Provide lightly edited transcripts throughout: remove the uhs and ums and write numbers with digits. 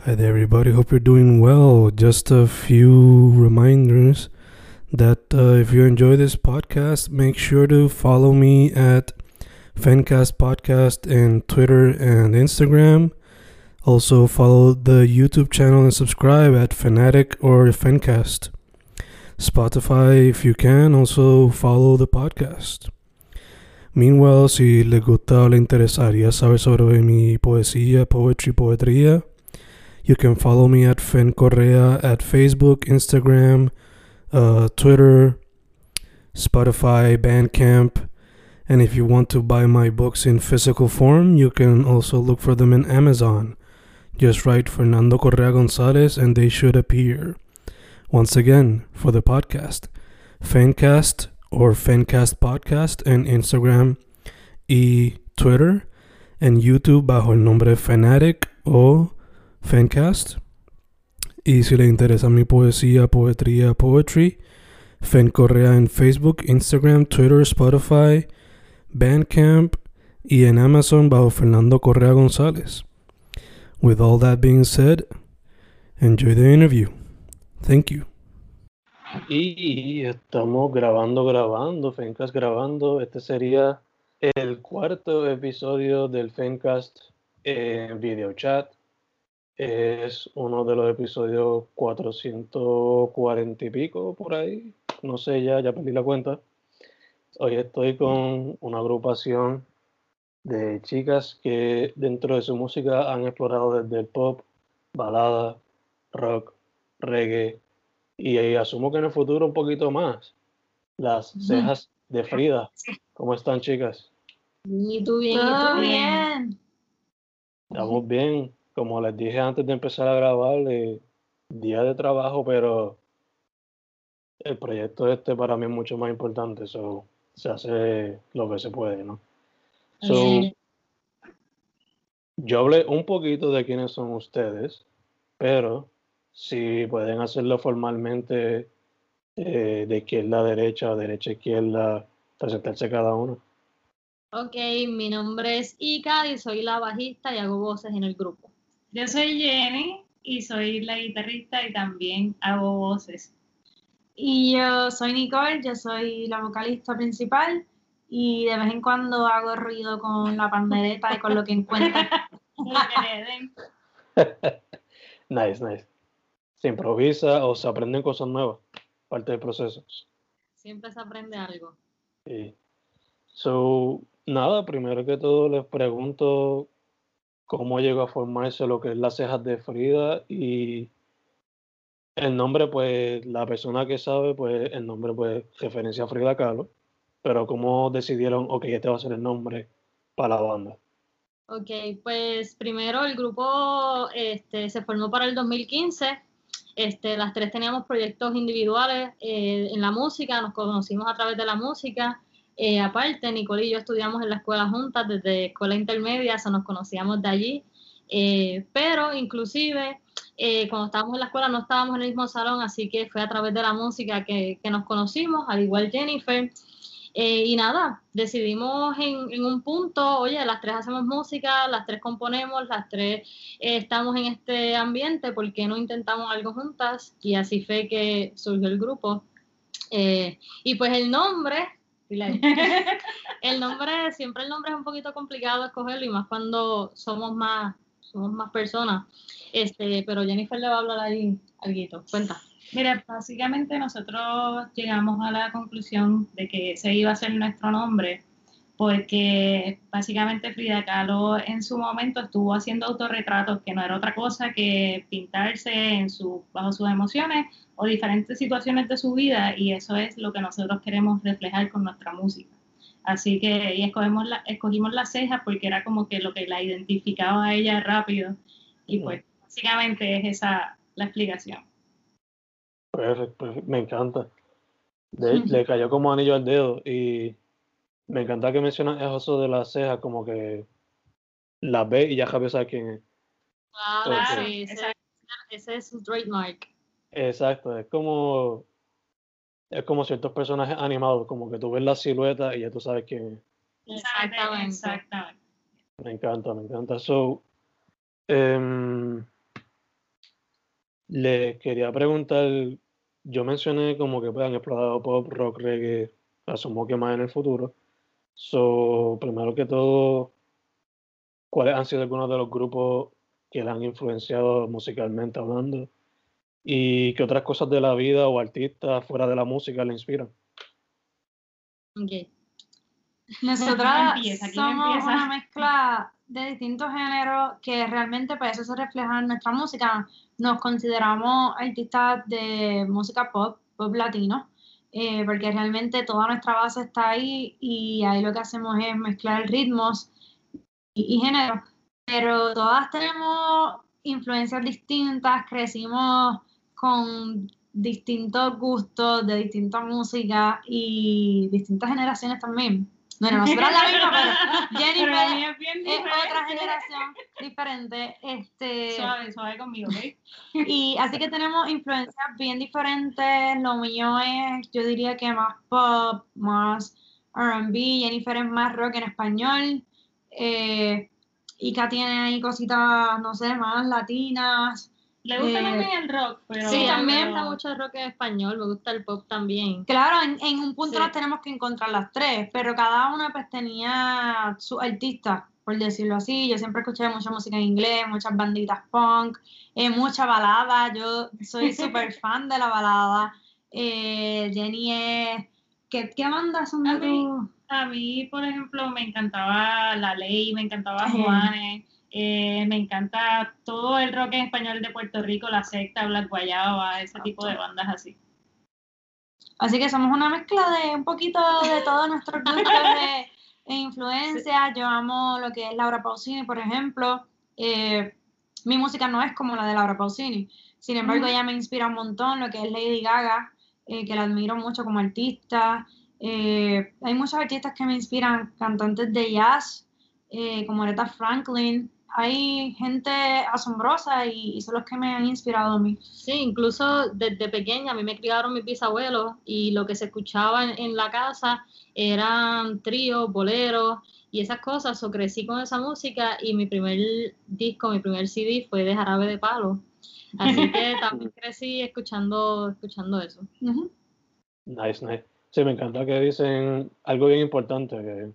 Hi there, everybody. Hope you're doing well. Just a few reminders that if you enjoy this podcast, make sure to follow me at Fencast Podcast in Twitter and Instagram. Also, follow the YouTube channel and subscribe at Fanatic or Fencast. Spotify, if you can, also follow the podcast. Meanwhile, si les gusta o le interesaría saber sobre mi poesía, poetría, you can follow me at Fen Correa at Facebook, Instagram, Twitter, Spotify, Bandcamp. And if you want to buy my books in physical form, you can also look for them in Amazon. Just write Fernando Correa Gonzalez and they should appear. Once again, for the podcast, Fencast or Fencast Podcast en Instagram y Twitter, en YouTube bajo el nombre Fanatic o Fencast. Y si le interesa mi poesía, poetry, Fen Correa en Facebook, Instagram, Twitter, Spotify, Bandcamp y en Amazon bajo Fernando Correa González. With all that being said, enjoy the interview. Thank you. Y estamos grabando, Fencast grabando. Este sería el cuarto episodio del Fencast en video chat. Es uno de los episodios 440 y pico por ahí. No sé, ya perdí la cuenta. Hoy estoy con una agrupación de chicas que dentro de su música han explorado desde el pop, balada, rock, reggae y asumo que en el futuro un poquito más. Las cejas de Frida. ¿Cómo están, chicas? ¿Y tú bien? Todo bien. Estamos bien. Como les dije antes de empezar a grabar, día de trabajo, pero el proyecto este para mí es mucho más importante. So, se hace lo que se puede, ¿no? So, yo hablé un poquito de quiénes son ustedes, pero si pueden hacerlo formalmente, de izquierda a derecha, derecha a izquierda, presentarse cada uno. Ok, mi nombre es Ika y soy la bajista y hago voces en el grupo. Yo soy Jenny y soy la guitarrista y también hago voces. Y yo soy Nicole, yo soy la vocalista principal y de vez en cuando hago ruido con la pandereta y con lo que encuentro. Nice. Se improvisa o se aprenden cosas nuevas, parte del proceso. Siempre se aprende algo. Sí. So, nada, primero que todo les pregunto cómo llegó a formarse lo que es las cejas de Frida y el nombre, pues la persona que sabe, pues el nombre pues referencia a Frida Kahlo, pero cómo decidieron, ok, este va a ser el nombre para la banda. Ok, pues primero el grupo se formó para el 2015. Las tres teníamos proyectos individuales en la música, nos conocimos a través de la música. Aparte, Nicole y yo estudiamos en la escuela juntas desde escuela intermedia, o sea, nos conocíamos de allí. Pero inclusive cuando estábamos en la escuela no estábamos en el mismo salón, así que fue a través de la música que nos conocimos, al igual Jennifer. Y nada, decidimos en un punto, oye, las tres hacemos música, las tres componemos, las tres estamos en este ambiente, ¿por qué no intentamos algo juntas? Y así fue que surgió el grupo. Y pues el nombre, siempre el nombre es un poquito complicado escogerlo y más cuando somos más personas. Pero Jennifer le va a hablar ahí algo. Cuenta. Mira, básicamente nosotros llegamos a la conclusión de que ese iba a ser nuestro nombre porque básicamente Frida Kahlo en su momento estuvo haciendo autorretratos que no era otra cosa que pintarse bajo sus emociones o diferentes situaciones de su vida y eso es lo que nosotros queremos reflejar con nuestra música. Así que escogimos las cejas porque era como que lo que la identificaba a ella rápido y pues básicamente es esa la explicación. Perfecto, me encanta. Le cayó como anillo al dedo y me encanta que mencionas eso de las cejas, como que las ve y ya sabe quién es. Claro, sí, ese es su trademark. Exacto, es como ciertos personajes animados, como que tú ves la silueta y ya tú sabes quién es. Exactamente. Me encanta. So, Les quería preguntar, yo mencioné como que pues, han explorado pop, rock, reggae, asumo que más en el futuro. So, primero que todo, ¿cuáles han sido algunos de los grupos que le han influenciado musicalmente hablando? ¿Y qué otras cosas de la vida o artistas fuera de la música le inspiran? Ok. Nosotras ¿Quién somos empieza? una mezcla de distintos géneros que realmente pues eso se refleja en nuestra música. Nos consideramos artistas de música pop, pop latino, porque realmente toda nuestra base está ahí y ahí lo que hacemos es mezclar ritmos y géneros, pero todas tenemos influencias distintas, crecimos con distintos gustos de distinta música y distintas generaciones también. Bueno, nosotras la misma, pero Jenny Pero la mía es es bien otra diferente. generación diferente. Suave, suave conmigo, ¿ok? Y así que tenemos influencias bien diferentes. Lo mío es, yo diría que más pop, más R&B. Jennifer es más rock en español. Ika tiene ahí cositas, no sé, más latinas. Le gusta también el rock, pero... Sí, a mí me también. gusta mucho el rock en español, me gusta el pop también. Claro, en un punto Sí. nos tenemos que encontrar las tres, pero cada una pues tenía su artista, por decirlo así. Yo siempre escuché mucha música en inglés, muchas banditas punk, mucha balada. Yo soy súper fan de la balada. Jenny es... ¿Qué bandas son de tu...? A mí, por ejemplo, me encantaba La Ley, me encantaba Juanes, me encanta todo el rock en español de Puerto Rico, La Secta, Black Guayaba, ese tipo de bandas así. Así que somos una mezcla de un poquito de todos nuestros gustos de influencias. Yo amo lo que es Laura Pausini, por ejemplo. Mi música no es como la de Laura Pausini. Sin embargo, ella me inspira un montón, lo que es Lady Gaga, que la admiro mucho como artista. Hay muchos artistas que me inspiran, cantantes de jazz, como Aretha Franklin. Hay gente asombrosa y son los que me han inspirado a mí. Sí, incluso desde pequeña a mí me criaron mis bisabuelos y lo que se escuchaba en la casa eran tríos, boleros y esas cosas. So, crecí con esa música y mi primer disco, mi primer CD fue de Jarabe de Palo. Así que también crecí escuchando eso. Ujú. Nice, nice. Sí, me encanta que dicen algo bien importante,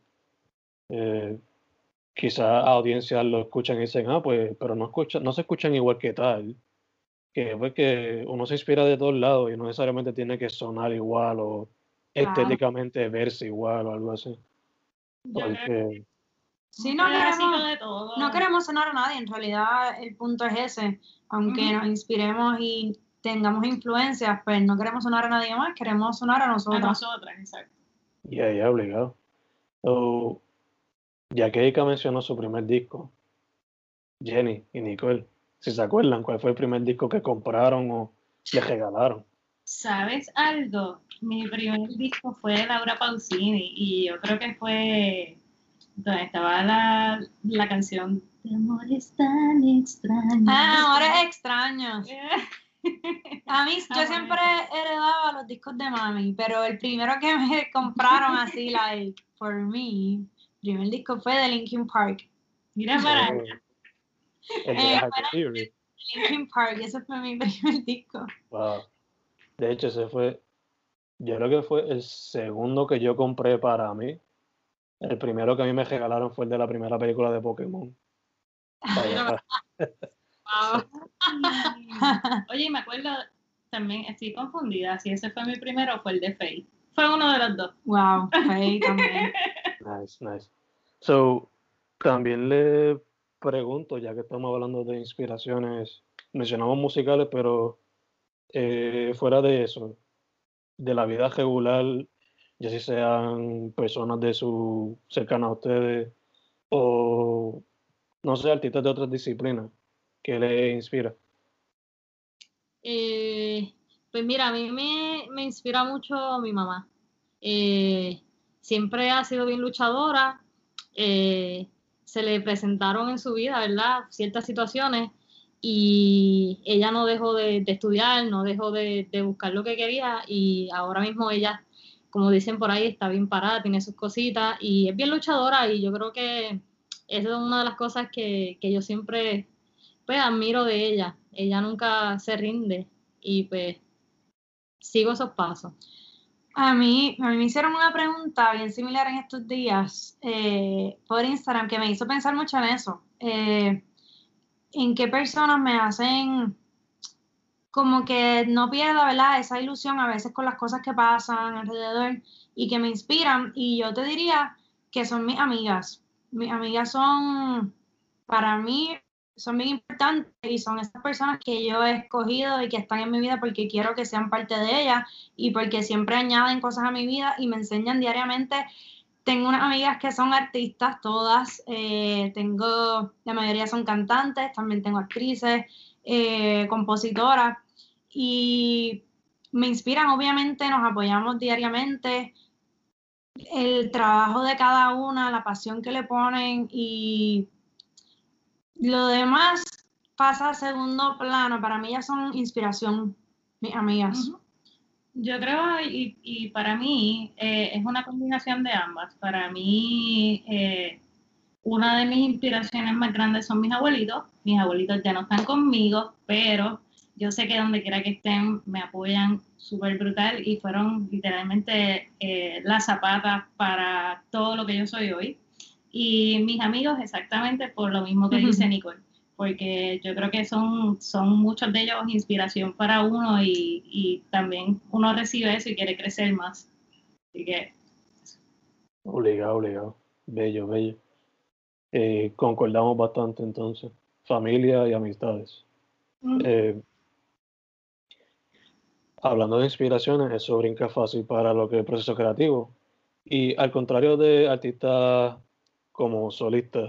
que quizás audiencias lo escuchan y dicen, pues, pero no se escuchan igual que tal. Que pues que uno se inspira de todos lados y no necesariamente tiene que sonar igual o Claro. estéticamente verse igual o algo así. Yo creo Porque, Sí, un no pedacito queremos, de todo. no queremos sonar a nadie, en realidad el punto es ese, aunque nos inspiremos y tengamos influencias, pues no queremos sonar a nadie más, queremos sonar a A nosotras. nosotras, exacto. ya, obligado. So, ya que Erika mencionó su primer disco, Jenny y Nicole, si se acuerdan, ¿cuál fue el primer disco que compraron o les regalaron? ¿Sabes algo? Mi primer disco fue de Laura Pausini y yo creo que fue donde estaba la canción de Amores tan extraños. Amores extraños. A mí, yo bueno. siempre heredaba los discos de mami, pero el primero que me compraron así, like, for me, el primer disco fue de Linkin Park. Mira para Oh, allá. el de Hyper Theory. Linkin Park, ese fue mi primer disco. Wow. De hecho, yo creo que fue el segundo que yo compré para mí. El primero que a mí me regalaron fue el de la primera película de Pokémon. Wow. Oye, me acuerdo, también estoy confundida si ese fue mi primero o fue el de Faye. Fue uno de los dos. Wow, Faye también. Nice. So, también le pregunto, ya que estamos hablando de inspiraciones, mencionamos musicales, pero fuera de eso, de la vida regular, ya si sean personas de su cercanas a ustedes o, no sé, artistas de otras disciplinas, que les inspira. Pues mira, a mí me inspira mucho mi mamá. Siempre ha sido bien luchadora. Se le presentaron en su vida, ¿verdad? Ciertas situaciones y ella no dejó de estudiar, no dejó de buscar lo que quería y ahora mismo ella, como dicen por ahí, está bien parada, tiene sus cositas y es bien luchadora y yo creo que esa es una de las cosas que yo siempre pues admiro de ella, ella nunca se rinde y pues sigo esos pasos. A mí me hicieron una pregunta bien similar en estos días por Instagram que me hizo pensar mucho en eso. En qué personas me hacen como que no pierda, ¿verdad? Esa ilusión a veces con las cosas que pasan alrededor y que me inspiran. Y yo te diría que son mis amigas. Mis amigas son, para mí, son bien importantes y son esas personas que yo he escogido y que están en mi vida porque quiero que sean parte de ella y porque siempre añaden cosas a mi vida y me enseñan diariamente. Tengo unas amigas que son artistas, todas, la mayoría son cantantes, también tengo actrices, compositoras, y me inspiran, obviamente, nos apoyamos diariamente, el trabajo de cada una, la pasión que le ponen y lo demás pasa a segundo plano. Para mí ellas son inspiración, mis amigas. Yo creo, y para mí es una combinación de ambas. Para mí, una de mis inspiraciones más grandes son mis abuelitos. Mis abuelitos ya no están conmigo, pero yo sé que donde quiera que estén me apoyan súper brutal y fueron literalmente las zapatas para todo lo que yo soy hoy. Y mis amigos exactamente por lo mismo que dice Nicole, porque yo creo que son muchos de ellos inspiración para uno y también uno recibe eso y quiere crecer más. Así que... Obligado. Bello. Concordamos bastante entonces. Familia y amistades. Hablando de inspiraciones, eso brinca fácil para lo que es el proceso creativo. Y al contrario de artistas como solistas,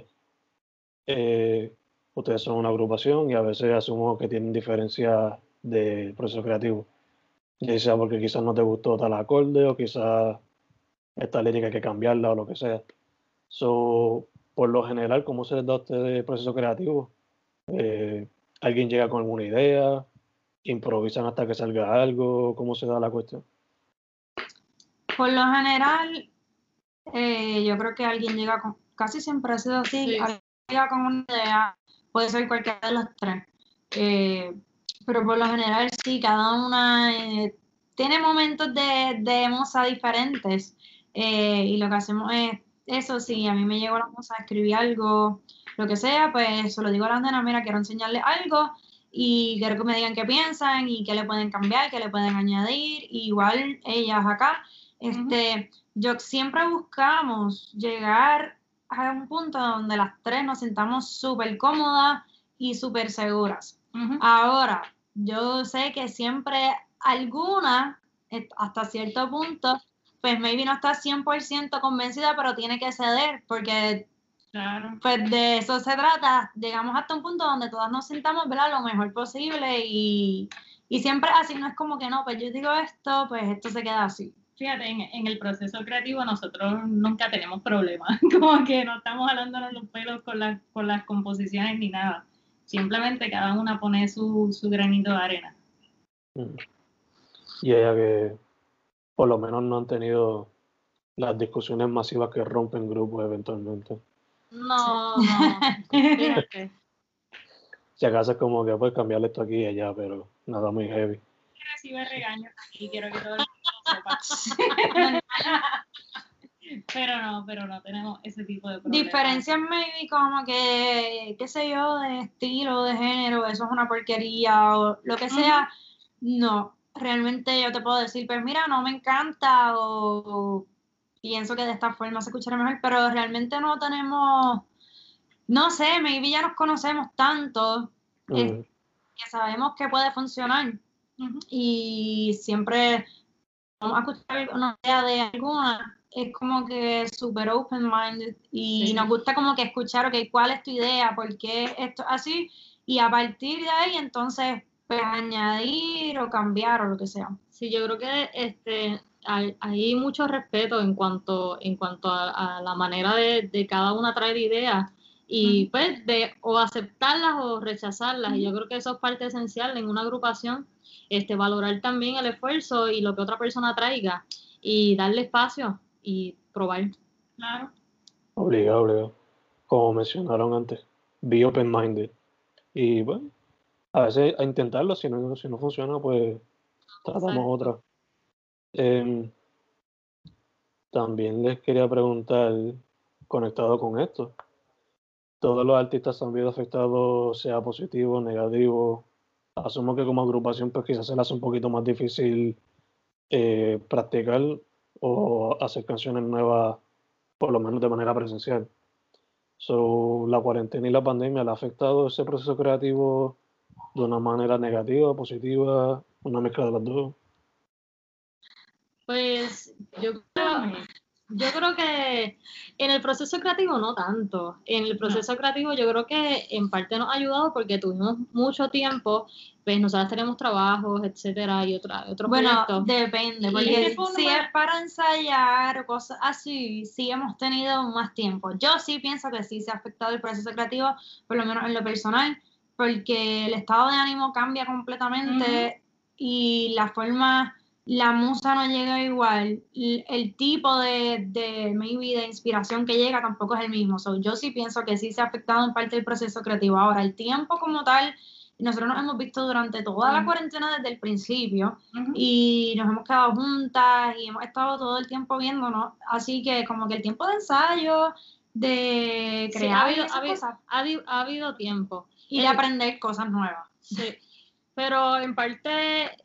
ustedes son una agrupación y a veces asumo que tienen diferencias del proceso creativo. Ya sea porque quizás no te gustó tal acorde o quizás esta lírica hay que cambiarla o lo que sea. So, por lo general, ¿cómo se les da a ustedes el proceso creativo? ¿Alguien llega con alguna idea? ¿Improvisan hasta que salga algo? ¿Cómo se da la cuestión? Por lo general, yo creo que alguien llega con, casi siempre ha sido así, Sí. alguien llega con una idea, puede ser cualquiera de los tres, pero por lo general sí, cada una tiene momentos de musa diferentes, y lo que hacemos es eso, sí, a mí me llegó la musa, escribí algo, lo que sea, pues se lo digo a las nenas, mira, quiero enseñarles algo, y quiero que me digan qué piensan, y qué le pueden cambiar, qué le pueden añadir, igual ellas acá, yo siempre buscamos llegar a un punto donde las tres nos sintamos súper cómodas y súper seguras. Ahora, yo sé que siempre alguna, hasta cierto punto, pues maybe no está 100% convencida, pero tiene que ceder, porque Claro. pues de eso se trata. Llegamos hasta un punto donde todas nos sintamos, ¿verdad?, lo mejor posible y siempre así, no es como que no, pues yo digo esto, pues esto se queda así. Fíjate, en el proceso creativo nosotros nunca tenemos problemas, como que no estamos jalándonos los pelos con las composiciones ni nada. Simplemente cada una pone su granito de arena. Y ella que por lo menos no han tenido las discusiones masivas que rompen grupos eventualmente. No. Fíjate. Si acaso es como que puedes cambiarle esto aquí y allá, pero nada muy heavy. Recibe regaños y quiero que todo el mundo lo sepa. pero no tenemos ese tipo de problemas. Diferencias maybe como que, qué sé yo, de estilo, de género, eso es una porquería o lo que sea. No, realmente yo te puedo decir, pues mira, no me encanta o pienso que de esta forma se escuchará mejor, pero realmente no tenemos, no sé, maybe ya nos conocemos tanto que sabemos que puede funcionar y siempre vamos a escuchar una idea de alguna, es como que súper open-minded y nos gusta como que escuchar, ok, ¿cuál es tu idea? ¿Por qué esto así? Y a partir de ahí, entonces, pues añadir o cambiar o lo que sea. Sí, yo creo que hay mucho respeto en cuanto a la manera de cada una traer ideas y pues de o aceptarlas o rechazarlas. Y yo creo que eso es parte esencial en una agrupación, valorar también el esfuerzo y lo que otra persona traiga y darle espacio y probar. Claro. Obligado. Como mencionaron antes, be open-minded. Y bueno, a veces a intentarlo, si no funciona, pues tratamos Exacto. otra. También les quería preguntar, conectado con esto, ¿todos los artistas han sido afectados, sea positivo o negativo? Asumo que como agrupación pues quizás se les hace un poquito más difícil practicar o hacer canciones nuevas, por lo menos de manera presencial. So, la cuarentena y la pandemia le ha afectado ese proceso creativo de una manera negativa, positiva, una mezcla de las dos. Pues yo creo que en el proceso creativo no tanto. En el proceso creativo yo creo que en parte nos ha ayudado porque tuvimos mucho tiempo, pues nosotros tenemos trabajos, etcétera, y otros Bueno, proyectos. depende, Y- porque si es para ensayar o cosas así, sí hemos tenido más tiempo. Yo sí pienso que sí se ha afectado el proceso creativo, por lo menos en lo personal, porque el estado de ánimo cambia completamente y la forma, la musa no llega igual, el tipo maybe de inspiración que llega tampoco es el mismo. So, yo sí pienso que sí se ha afectado en parte el proceso creativo. Ahora, el tiempo como tal, nosotros nos hemos visto durante toda la cuarentena desde el principio y nos hemos quedado juntas y hemos estado todo el tiempo viéndonos, así que como que el tiempo de ensayo, de Sí, crear y esas cosas, ha habido tiempo. y de aprender cosas nuevas. Sí, pero en parte,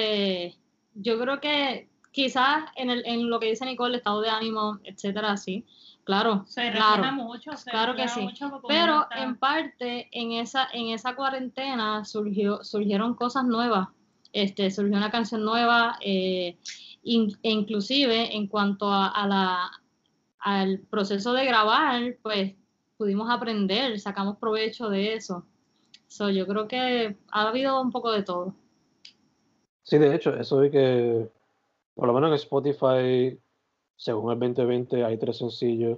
yo creo que quizás en lo que dice Nicole, el estado de ánimo, etcétera, sí, claro, Se claro, refleja mucho, se claro que refleja sí. mucho porque Pero uno está- en parte, en esa cuarentena surgieron cosas nuevas. Surgió una canción nueva, e inclusive en cuanto al proceso de grabar, pues pudimos aprender, sacamos provecho de eso. So, yo creo que ha habido un poco de todo. Sí, de hecho, eso de que, por lo menos en Spotify, según el 2020, hay 3 sencillos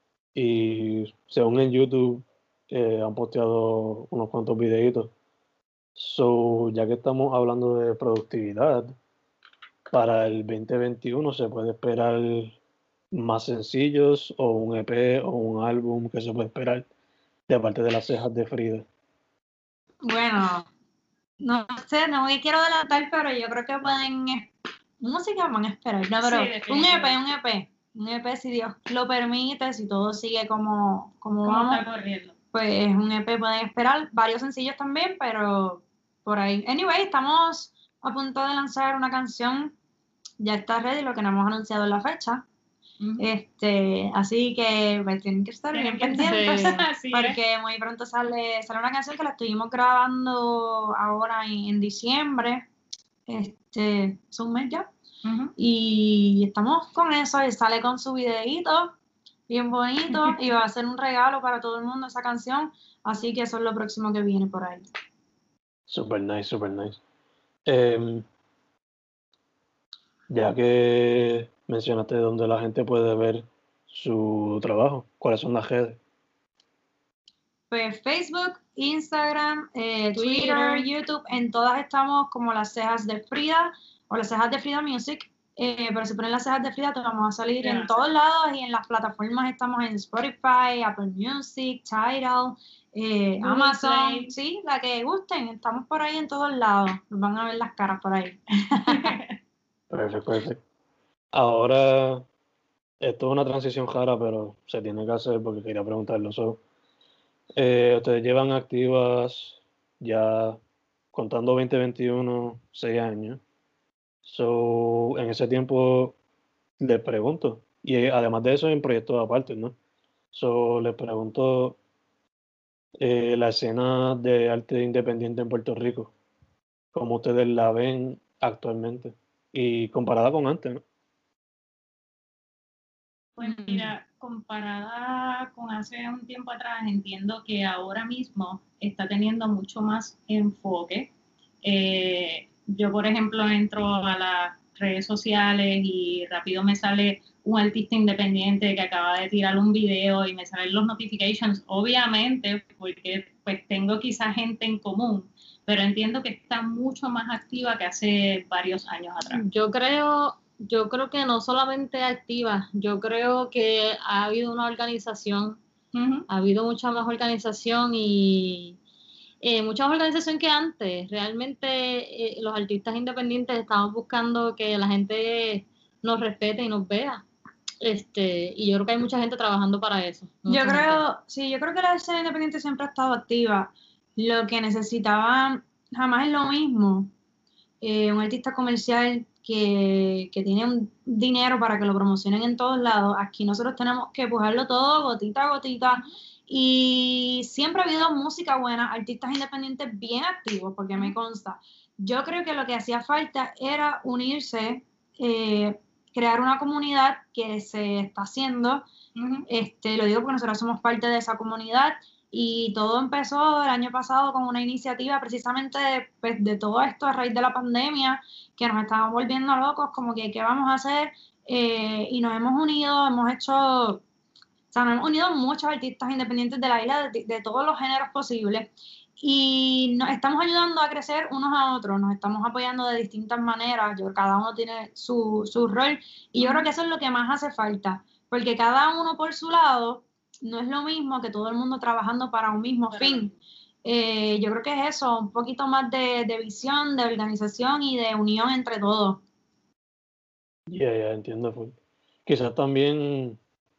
y según en YouTube, han posteado unos cuantos videitos. So, ya que estamos hablando de productividad, para el 2021 se puede esperar más sencillos o un EP o un álbum que se puede esperar de parte de las cejas de Frida. Bueno, no sé, no me quiero adelantar, pero yo creo que música van a esperar, no, pero Sí, un EP si Dios lo permite, si todo sigue como como vamos, está corriendo. pues un EP pueden esperar, varios sencillos también, pero por ahí. Anyway, estamos a punto de lanzar una canción, ya está ready, lo que no hemos anunciado en la fecha. Así que pues, tienen que estar bien pendientes porque muy pronto sale una canción que la estuvimos grabando ahora en diciembre, es un mes ya, y estamos con eso, y sale con su videíto bien bonito y va a ser un regalo para todo el mundo esa canción, así que eso es lo próximo que viene por ahí. Super nice, super nice. Ya que mencionaste dónde la gente puede ver su trabajo, ¿cuáles son las redes? Pues Facebook, Instagram, Twitter, YouTube, en todas estamos como Las Cejas de Frida o Las Cejas de Frida Music, pero si ponen Las Cejas de Frida te vamos a salir en todos lados y en las plataformas estamos en Spotify, Apple Music, Tidal, Amazon, Play. sí, la que gusten, estamos por ahí en todos lados, nos van a ver las caras por ahí. Perfecto. Ahora, esto es una transición rara, pero se tiene que hacer porque quería preguntarlo. Ustedes llevan activas ya, contando 2021, 6 años. En ese tiempo les pregunto, y además de eso en proyectos aparte, ¿no? Les pregunto, la escena de arte independiente en Puerto Rico, ¿cómo ustedes la ven actualmente? Y comparada con antes, ¿no? Pues mira, comparada con hace un tiempo atrás, entiendo que ahora mismo está teniendo mucho más enfoque. Yo, por ejemplo, entro a las redes sociales y rápido me sale un artista independiente que acaba de tirar un video y me salen los notifications, obviamente, porque pues tengo quizá gente en común, pero entiendo que está mucho más activa que hace varios años atrás. Yo creo que no solamente activa, yo creo que ha habido una organización, ha habido mucha más organización y Muchas organizaciones que antes, realmente los artistas independientes estamos buscando que la gente nos respete y nos vea. Y yo creo que hay mucha gente trabajando para eso. Yo creo que la escena independiente siempre ha estado activa. Lo que necesitaban jamás es lo mismo. Un artista comercial que tiene un dinero para que lo promocionen en todos lados. Aquí nosotros tenemos que empujarlo todo gotita a gotita. Y siempre ha habido música buena, artistas independientes bien activos, porque me consta. Yo creo que lo que hacía falta era unirse, crear una comunidad que se está haciendo. Lo digo porque nosotros somos parte de esa comunidad y todo empezó el año pasado con una iniciativa precisamente de todo esto a raíz de la pandemia, que nos estábamos volviendo locos, como que qué vamos a hacer, y nos hemos unido, nos hemos unido muchos artistas independientes de la isla de todos los géneros posibles y nos estamos ayudando a crecer unos a otros, nos estamos apoyando de distintas maneras, cada uno tiene su rol y yo creo que eso es lo que más hace falta, porque cada uno por su lado no es lo mismo que todo el mundo trabajando para un mismo fin. Yo creo que es eso, un poquito más de visión, de organización y de unión entre todos. Ya, entiendo. Pues. Quizás también,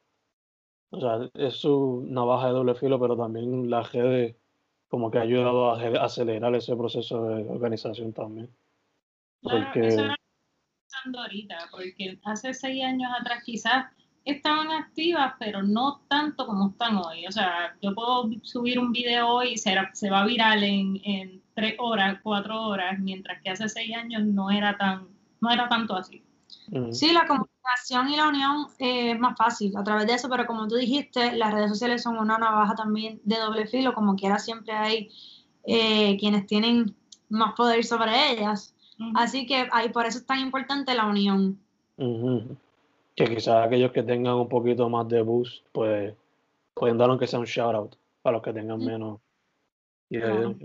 o sea, es su navaja de doble filo, pero también la redes como que ha ayudado a acelerar ese proceso de organización también. Claro, Porque... eso era pensando ahorita, porque hace 6 años atrás quizás estaban activas, pero no tanto como están hoy. O sea, yo puedo subir un video hoy y se va viral en 3 horas, 4 horas, mientras que hace 6 años no era tanto así. Sí, la comunicación y la unión es más fácil a través de eso, pero como tú dijiste, las redes sociales son una navaja también de doble filo, como quiera siempre hay quienes tienen más poder sobre ellas. Así que por eso es tan importante la unión. Que quizás aquellos que tengan un poquito más de boost, pues pueden dar aunque sea un shout out para los que tengan menos. Claro.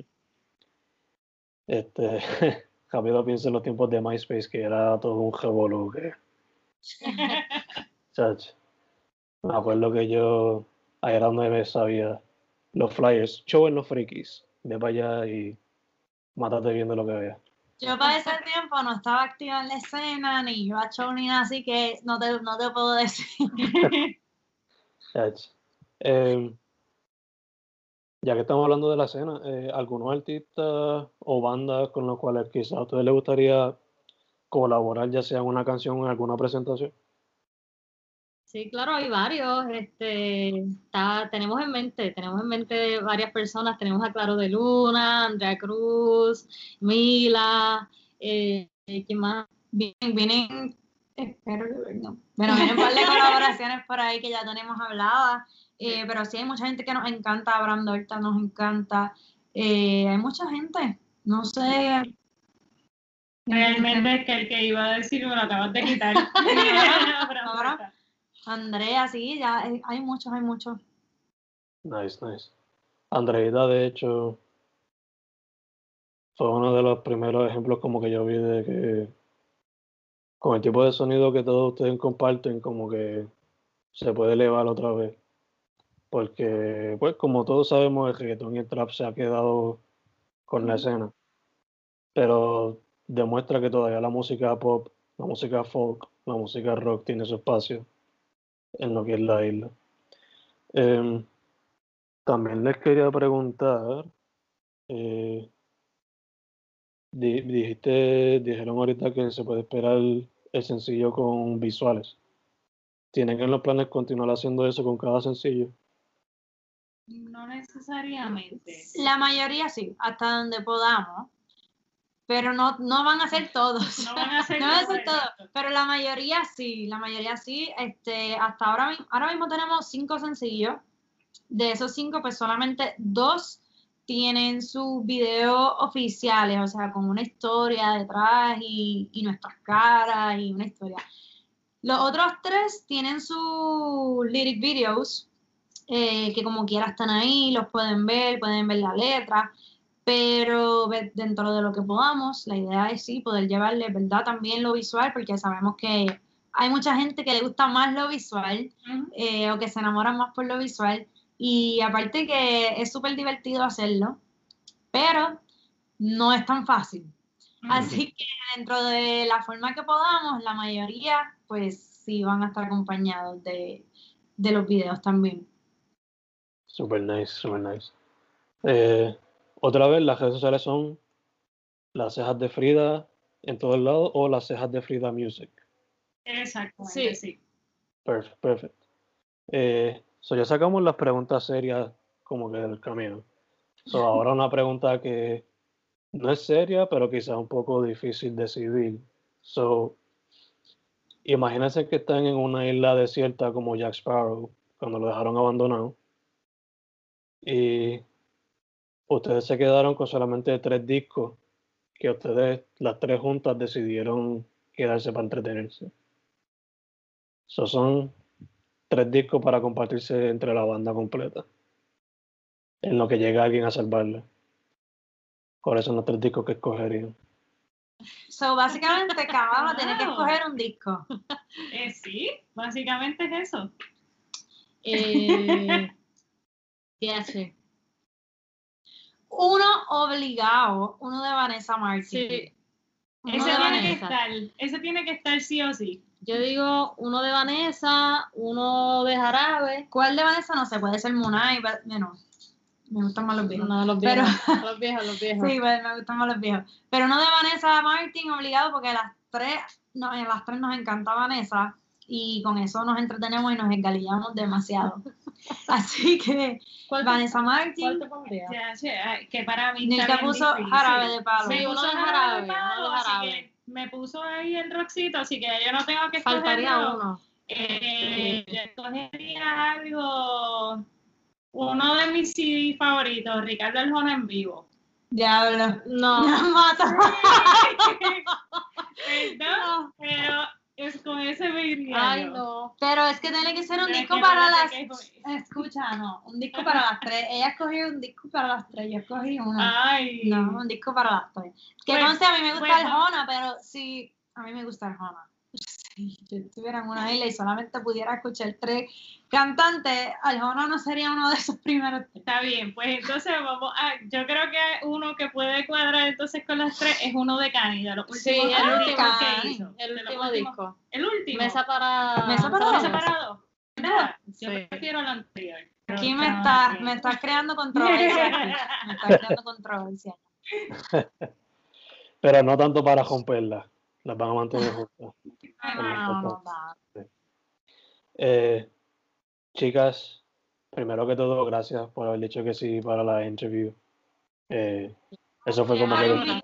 Rápido pienso en los tiempos de MySpace, que era todo un revolú. Chach. Me acuerdo que yo, ahí era donde me sabía los flyers, show en los frikis, ve para allá y mátate viendo lo que veas. Yo para ese tiempo no estaba activa en la escena, ni iba a show ni nada, así que no te puedo decir. Ya que estamos hablando de la escena, ¿algunos artistas o bandas con los cuales quizás a ustedes les gustaría colaborar, ya sea en una canción o en alguna presentación? Sí, claro, hay varios. Tenemos en mente varias personas. Tenemos a Claro de Luna, Andrea Cruz, Mila, ¿quién más? Vienen un par de colaboraciones por ahí que ya tenemos habladas, pero sí hay mucha gente que nos encanta. Abraham Dorta nos encanta, hay mucha gente, no sé. Realmente es que el que iba a decir me lo acabas de quitar. Ahora, Andrea, sí, ya hay muchos. Nice. Andreita, de hecho, fue uno de los primeros ejemplos como que yo vi de que con el tipo de sonido que todos ustedes comparten, como que se puede elevar otra vez. Porque, pues, como todos sabemos, el reggaetón y el trap se ha quedado con la escena. Pero demuestra que todavía la música pop, la música folk, la música rock tiene su espacio en lo que es la isla. También les quería preguntar, dijeron ahorita que se puede esperar el sencillo con visuales. ¿Tienen en los planes continuar haciendo eso con cada sencillo? No necesariamente. La mayoría sí, hasta donde podamos, pero no van a ser todos. No van a ser todos, pero la mayoría sí. Hasta ahora mismo tenemos 5 sencillos. De esos 5, pues solamente 2 tienen sus videos oficiales, o sea, con una historia detrás y nuestras caras y una historia. Los otros 3 tienen sus lyric videos, que como quiera están ahí, los pueden ver la letra, pero dentro de lo que podamos, la idea es sí poder llevarle, ¿verdad?, también lo visual, porque sabemos que hay mucha gente que le gusta más lo visual, o que se enamoran más por lo visual, y aparte que es súper divertido hacerlo, pero no es tan fácil. Así que dentro de la forma que podamos, la mayoría, pues sí van a estar acompañados de los videos también. Super nice, super nice. Otra vez, las redes sociales son las cejas de Frida en todos lados o las cejas de Frida Music. Exactamente, sí. Perfect, perfect. So ya sacamos las preguntas serias como que del camino. So ahora una pregunta que no es seria, pero quizás un poco difícil de decidir. So, imagínense que están en una isla desierta como Jack Sparrow, cuando lo dejaron abandonado. Y ustedes se quedaron con solamente 3 discos que ustedes, las 3 juntas, decidieron quedarse para entretenerse. So son 3 discos para compartirse entre la banda completa. En lo que llega alguien a salvarle. ¿Cuáles son los 3 discos que escogerían? So, básicamente, cada uno tiene que escoger un disco. Sí, básicamente es eso. Sí. Uno obligado, uno de Vanessa Martin. Sí. Ese tiene que estar sí o sí. Yo digo uno de Vanessa, uno de Jarabe. ¿Cuál de Vanessa? No sé, puede ser Munay, menos. Me gustan más los viejos. No, los viejos. Los viejos. Sí, me gustan más los viejos. Pero uno de Vanessa Martin obligado porque las tres nos encanta Vanessa y con eso nos entretenemos y nos engalillamos demasiado. Así que Vanessa Martin. ¿Cuál te pondría? Que para mí Nilka puso Jarabe de Palo. Sí, uno de Jarabe. Así que me puso ahí el rockcito, así que yo no tengo que escoger. Faltaría uno. Yo escogería algo. Uno de mis CD favoritos, Ricardo Arjona en vivo. Diablo. No. Me mata. Perdón, pero con ese me iría. Ay, no. Pero es que tiene que ser un Pero disco es que para las... parece Escucha, no. Un disco para las tres. Ella escogió un disco para las tres. Yo escogí uno. Ay. No, un disco para las tres. Que Pues, conste, a mí me gusta bueno. Arjona, pero sí, a mí me gusta Arjona. Si yo estuviera en una isla y solamente pudiera escuchar 3 cantantes, Arjona no sería uno de esos primeros 3. Está bien, pues entonces vamos a... Yo creo que uno que puede cuadrar entonces con las 3 es uno de Cani, de los últimos Sí, tres el último discos que Cani. hizo. El De los último últimos- disco. El último. Mesa para... Mesa para ¿Estamos dos. separados? ¿Verdad? Yo Sí. prefiero lo anterior. Aquí me estás creando controversia. Me estás creando controversia. Pero no tanto para romperlas. Las van a mantener juntas. No. Chicas, primero que todo, gracias por haber dicho que sí para la interview. Eso fue como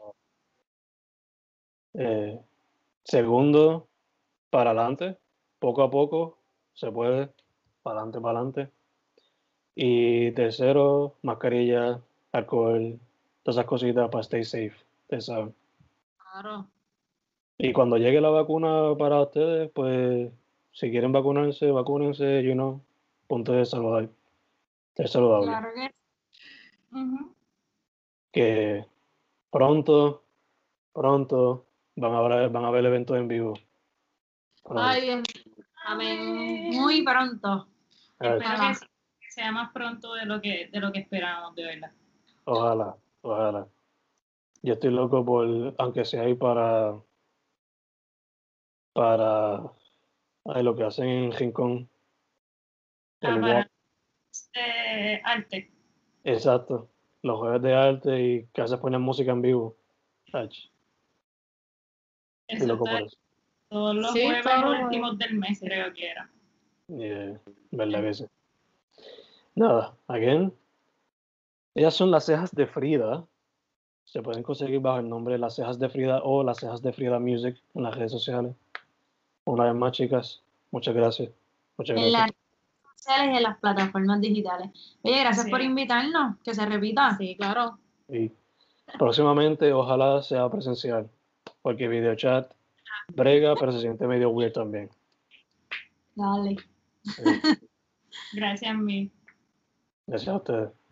que... segundo, para adelante, poco a poco, se puede, para adelante. Y tercero, mascarilla, alcohol, todas esas cositas para stay safe, ustedes saben. Claro. Y cuando llegue la vacuna para ustedes, pues si quieren vacunarse, vacúnense, punto de saludable. Ser saludable. Claro que Que pronto van a ver eventos en vivo. Pronto. Ay, Dios mío. Amén. muy pronto. Espero que sea más pronto de lo que esperábamos, de verdad. Ojalá. Yo estoy loco por, aunque sea ahí para lo que hacen en Rincón. Para arte. Exacto. Los jueves de arte y que se ponen música en vivo. Estoy loco por eso. Todos los Sí, jueves todos. últimos del mes, creo que era. Verdad que sí. Nada, again. Ellas son las cejas de Frida. Se pueden conseguir bajo el nombre Las Cejas de Frida o Las Cejas de Frida Music en las redes sociales. Una vez más, chicas, muchas gracias. En las redes sociales y en las plataformas digitales. Oye, gracias Sí. por invitarnos, que se repita. Sí, claro. Y próximamente, ojalá sea presencial, porque video chat brega, pero se siente medio weird también. Dale. Sí. Gracias a mí. Gracias a ustedes.